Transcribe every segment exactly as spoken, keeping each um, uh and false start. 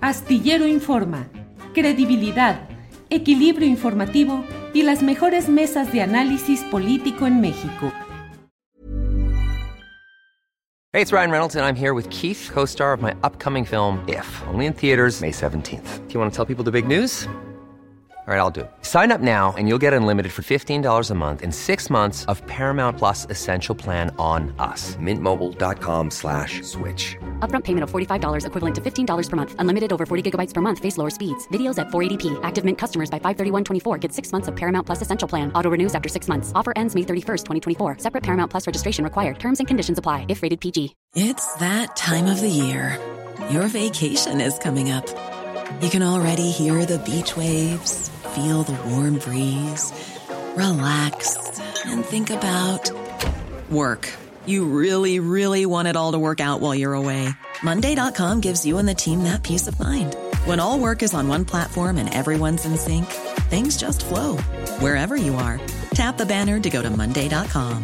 Astillero Informa, credibilidad, equilibrio informativo y las mejores mesas de análisis político en México. Hey, it's Ryan Reynolds, and I'm here with Keith, co-star of my upcoming film, If, only in theaters May seventeenth. Do you want to tell people the big news? All right, I'll do it. Sign up now and you'll get unlimited for fifteen dollars a month and six months of Paramount Plus Essential Plan on us. Mint Mobile dot com slash switch. Upfront payment of forty-five dollars equivalent to fifteen dollars per month. Unlimited over forty gigabytes per month. Face lower speeds. Videos at four eighty p. Active Mint customers by five thirty-one twenty-four get six months of Paramount Plus Essential Plan. Auto renews after six months. Offer ends May thirty-first, twenty twenty-four. Separate Paramount Plus registration required. Terms and conditions apply if rated P G. It's that time of the year. Your vacation is coming up. You can already hear the beach waves, feel the warm breeze, relax, and think about work. You really, really want it all to work out while you're away. Monday dot com gives you and the team that peace of mind. When all work is on one platform and everyone's in sync, things just flow. Wherever you are, tap the banner to go to Monday dot com.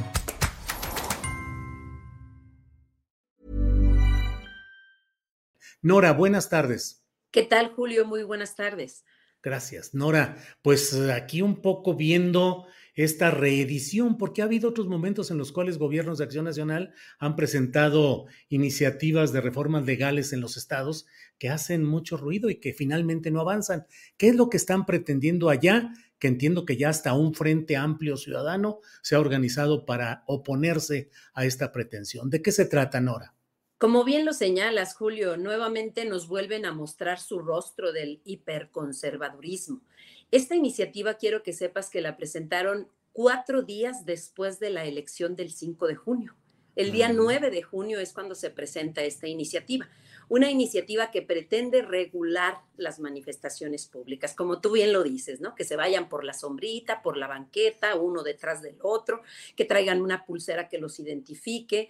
Nora, buenas tardes. ¿Qué tal, Julio? Muy buenas tardes. Gracias, Nora. Pues aquí un poco viendo esta reedición, porque ha habido otros momentos en los cuales gobiernos de Acción Nacional han presentado iniciativas de reformas legales en los estados que hacen mucho ruido y que finalmente no avanzan. ¿Qué es lo que están pretendiendo allá? Que entiendo que ya hasta un Frente Amplio Ciudadano se ha organizado para oponerse a esta pretensión. ¿De qué se trata, Nora? Como bien lo señalas, Julio, nuevamente nos vuelven a mostrar su rostro del hiperconservadurismo. Esta iniciativa quiero que sepas que la presentaron cuatro días después de la elección del cinco de junio. El día nueve de junio es cuando se presenta esta iniciativa. Una iniciativa que pretende regular las manifestaciones públicas, como tú bien lo dices, ¿no? Que se vayan por la sombrita, por la banqueta, uno detrás del otro, que traigan una pulsera que los identifique,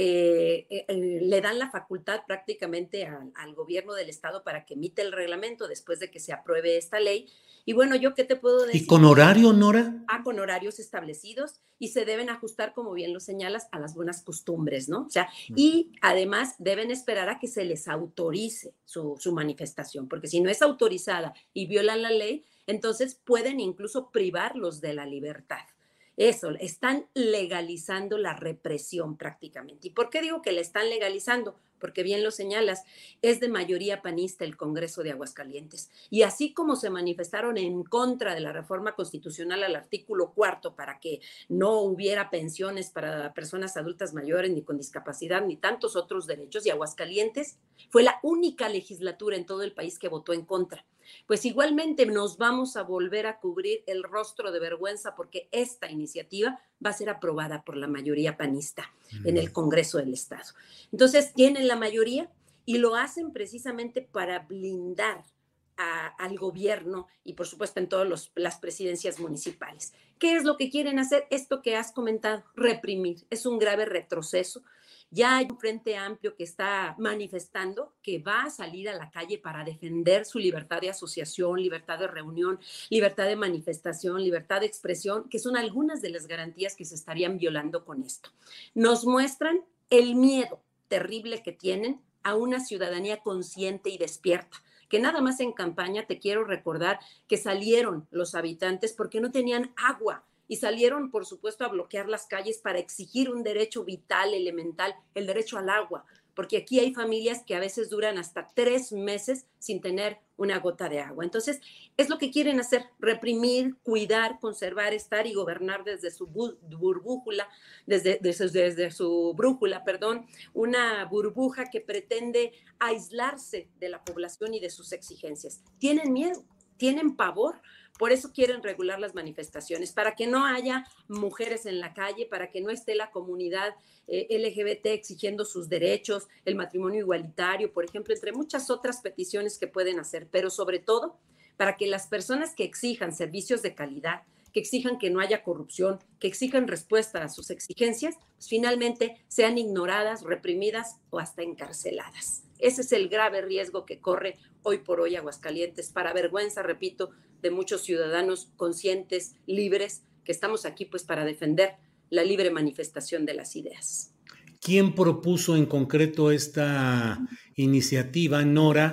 que eh, eh, le dan la facultad prácticamente al, al gobierno del estado para que emite el reglamento después de que se apruebe esta ley. Y bueno, ¿yo qué te puedo decir? ¿Y con horario, Nora? Ah, con horarios establecidos y se deben ajustar, como bien lo señalas, a las buenas costumbres, ¿no? O sea, y además deben esperar a que se les autorice su, su manifestación, porque si no es autorizada y violan la ley, entonces pueden incluso privarlos de la libertad. Eso, están legalizando la represión prácticamente. ¿Y por qué digo que la están legalizando? Porque bien lo señalas, es de mayoría panista el Congreso de Aguascalientes. Y así como se manifestaron en contra de la reforma constitucional al artículo cuarto para que no hubiera pensiones para personas adultas mayores, ni con discapacidad, ni tantos otros derechos, y Aguascalientes fue la única legislatura en todo el país que votó en contra. Pues igualmente nos vamos a volver a cubrir el rostro de vergüenza porque esta iniciativa va a ser aprobada por la mayoría panista mm. en el Congreso del Estado. Entonces tienen la mayoría y lo hacen precisamente para blindar a, al gobierno y por supuesto en todas las presidencias municipales. ¿Qué es lo que quieren hacer? Esto que has comentado, reprimir. Es un grave retroceso. Ya hay un Frente Amplio que está manifestando que va a salir a la calle para defender su libertad de asociación, libertad de reunión, libertad de manifestación, libertad de expresión, que son algunas de las garantías que se estarían violando con esto. Nos muestran el miedo terrible que tienen a una ciudadanía consciente y despierta, que nada más en campaña te quiero recordar que salieron los habitantes porque no tenían agua. Y salieron, por supuesto, a bloquear las calles para exigir un derecho vital, elemental, el derecho al agua, porque aquí hay familias que a veces duran hasta tres meses sin tener una gota de agua. Entonces, es lo que quieren hacer, reprimir, cuidar, conservar, estar y gobernar desde su burbújula, desde, desde, desde su brújula, perdón, una burbuja que pretende aislarse de la población y de sus exigencias. Tienen miedo, tienen pavor. Por eso quieren regular las manifestaciones, para que no haya mujeres en la calle, para que no esté la comunidad eh, L G B T exigiendo sus derechos, el matrimonio igualitario, por ejemplo, entre muchas otras peticiones que pueden hacer, pero sobre todo para que las personas que exijan servicios de calidad, que exijan que no haya corrupción, que exijan respuesta a sus exigencias, pues finalmente sean ignoradas, reprimidas o hasta encarceladas. Ese es el grave riesgo que corre hoy por hoy Aguascalientes, para vergüenza, repito, de muchos ciudadanos conscientes, libres, que estamos aquí pues para defender la libre manifestación de las ideas. ¿Quién propuso en concreto esta iniciativa, Nora?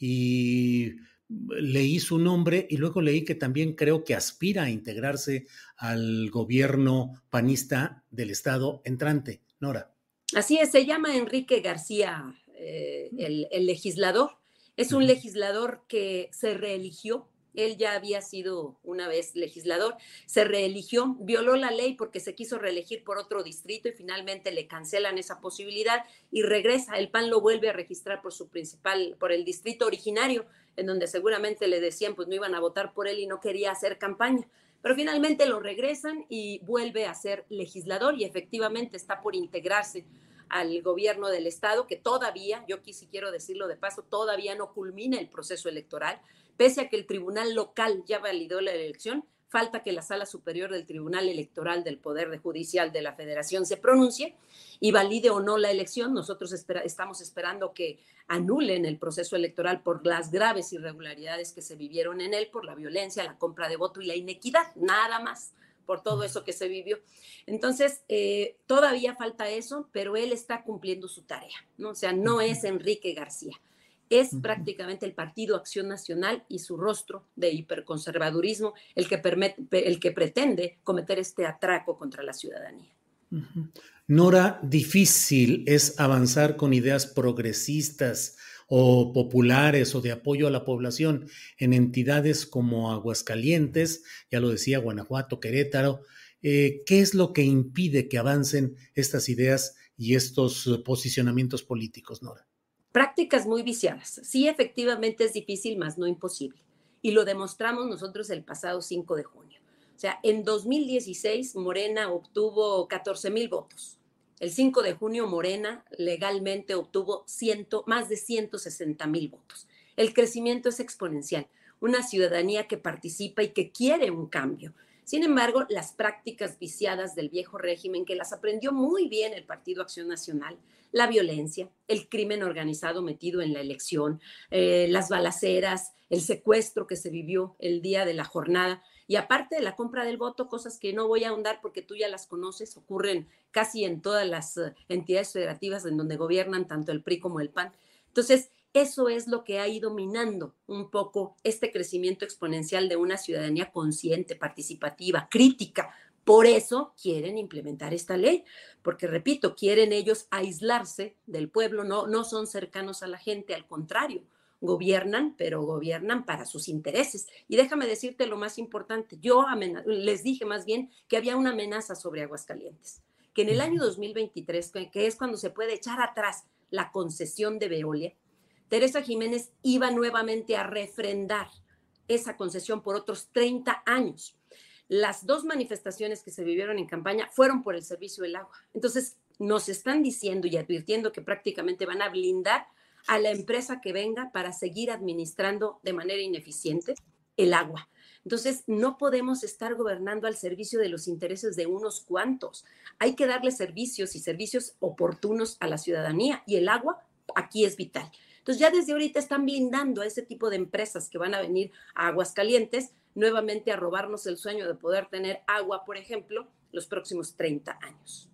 y leí su nombre y luego leí que también creo que aspira a integrarse al gobierno panista del estado entrante. Nora. Así es, se llama Enrique García, eh, el, el legislador. Es un legislador que se reeligió. Él ya había sido una vez legislador, se reeligió, violó la ley porque se quiso reelegir por otro distrito y finalmente le cancelan esa posibilidad y regresa. El P A N lo vuelve a registrar por su principal, por el distrito originario, en donde seguramente le decían pues no iban a votar por él y no quería hacer campaña. Pero finalmente lo regresan y vuelve a ser legislador y efectivamente está por integrarse al gobierno del estado, que todavía, yo aquí sí quiero decirlo de paso, todavía no culmina el proceso electoral. Pese a que el tribunal local ya validó la elección, falta que la Sala Superior del Tribunal Electoral del Poder Judicial de la Federación se pronuncie y valide o no la elección. Nosotros espera, estamos esperando que anulen el proceso electoral por las graves irregularidades que se vivieron en él, por la violencia, la compra de voto y la inequidad, nada más, por todo eso que se vivió. Entonces, eh, todavía falta eso, pero él está cumpliendo su tarea, ¿no? O sea, no es Enrique García. Es prácticamente el Partido Acción Nacional y su rostro de hiperconservadurismo el que, permite, el que pretende cometer este atraco contra la ciudadanía. Uh-huh. Nora, difícil es avanzar con ideas progresistas o populares o de apoyo a la población en entidades como Aguascalientes, ya lo decía, Guanajuato, Querétaro. Eh, ¿Qué es lo que impide que avancen estas ideas y estos posicionamientos políticos, Nora? Prácticas muy viciadas. Sí, efectivamente es difícil, mas no imposible. Y lo demostramos nosotros el pasado cinco de junio. O sea, en dos mil dieciséis Morena obtuvo catorce mil votos. El cinco de junio Morena legalmente obtuvo ciento, más de ciento sesenta mil votos. El crecimiento es exponencial. Una ciudadanía que participa y que quiere un cambio. Sin embargo, las prácticas viciadas del viejo régimen, que las aprendió muy bien el Partido Acción Nacional, la violencia, el crimen organizado metido en la elección, eh, las balaceras, el secuestro que se vivió el día de la jornada, y aparte de la compra del voto, cosas que no voy a ahondar porque tú ya las conoces, ocurren casi en todas las uh, entidades federativas en donde gobiernan tanto el P R I como el P A N. Entonces, eso es lo que ha ido minando un poco este crecimiento exponencial de una ciudadanía consciente, participativa, crítica. Por eso quieren implementar esta ley, porque, repito, quieren ellos aislarse del pueblo, no, no son cercanos a la gente, al contrario, gobiernan, pero gobiernan para sus intereses. Y déjame decirte lo más importante, yo amena- les dije más bien que había una amenaza sobre Aguascalientes, que en el año dos mil veintitrés, que es cuando se puede echar atrás la concesión de Veolia, Teresa Jiménez iba nuevamente a refrendar esa concesión por otros treinta años. Las dos manifestaciones que se vivieron en campaña fueron por el servicio del agua. Entonces, nos están diciendo y advirtiendo que prácticamente van a blindar a la empresa que venga para seguir administrando de manera ineficiente el agua. Entonces, no podemos estar gobernando al servicio de los intereses de unos cuantos. Hay que darle servicios y servicios oportunos a la ciudadanía y el agua aquí es vital. Entonces ya desde ahorita están blindando a ese tipo de empresas que van a venir a Aguascalientes nuevamente a robarnos el sueño de poder tener agua, por ejemplo, los próximos treinta años.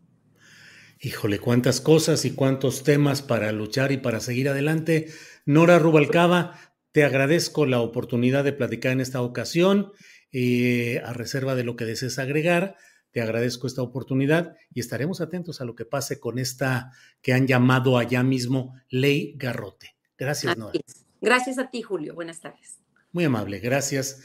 Híjole, cuántas cosas y cuántos temas para luchar y para seguir adelante. Nora Rubalcaba, te agradezco la oportunidad de platicar en esta ocasión, eh, a reserva de lo que desees agregar. Te agradezco esta oportunidad y estaremos atentos a lo que pase con esta que han llamado allá mismo Ley Garrote. Gracias, Nora. Gracias a ti, Julio. Buenas tardes. Muy amable, gracias.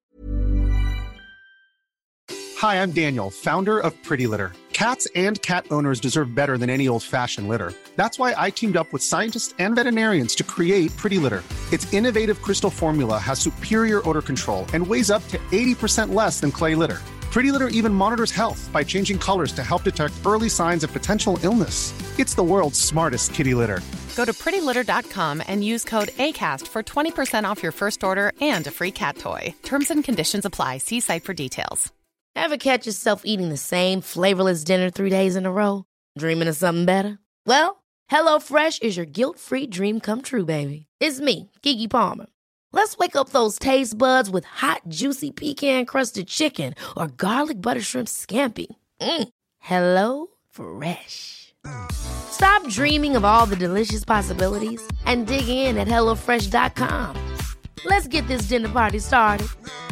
Hi, I'm Daniel, founder of Pretty Litter. Cats and cat owners deserve better than any old-fashioned litter. That's why I teamed up with scientists and veterinarians to create Pretty Litter. Its innovative crystal formula has superior odor control and weighs up to eighty percent less than clay litter. Pretty Litter even monitors health by changing colors to help detect early signs of potential illness. It's the world's smartest kitty litter. Go to pretty litter dot com and use code ACAST for twenty percent off your first order and a free cat toy. Terms and conditions apply. See site for details. Ever catch yourself eating the same flavorless dinner three days in a row? Dreaming of something better? Well, HelloFresh is your guilt-free dream come true, baby. It's me, Keke Palmer. Let's wake up those taste buds with hot, juicy pecan-crusted chicken or garlic butter shrimp scampi. Mm. Hello Fresh. Stop dreaming of all the delicious possibilities and dig in at hello fresh dot com. Let's get this dinner party started.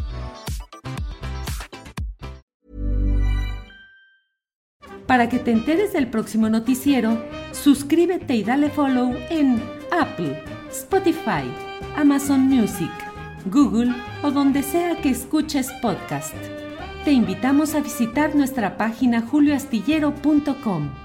Para que te enteres del próximo noticiero, suscríbete y dale follow en Apple, Spotify, Amazon Music, Google o donde sea que escuches podcast. Te invitamos a visitar nuestra página julio astillero punto com.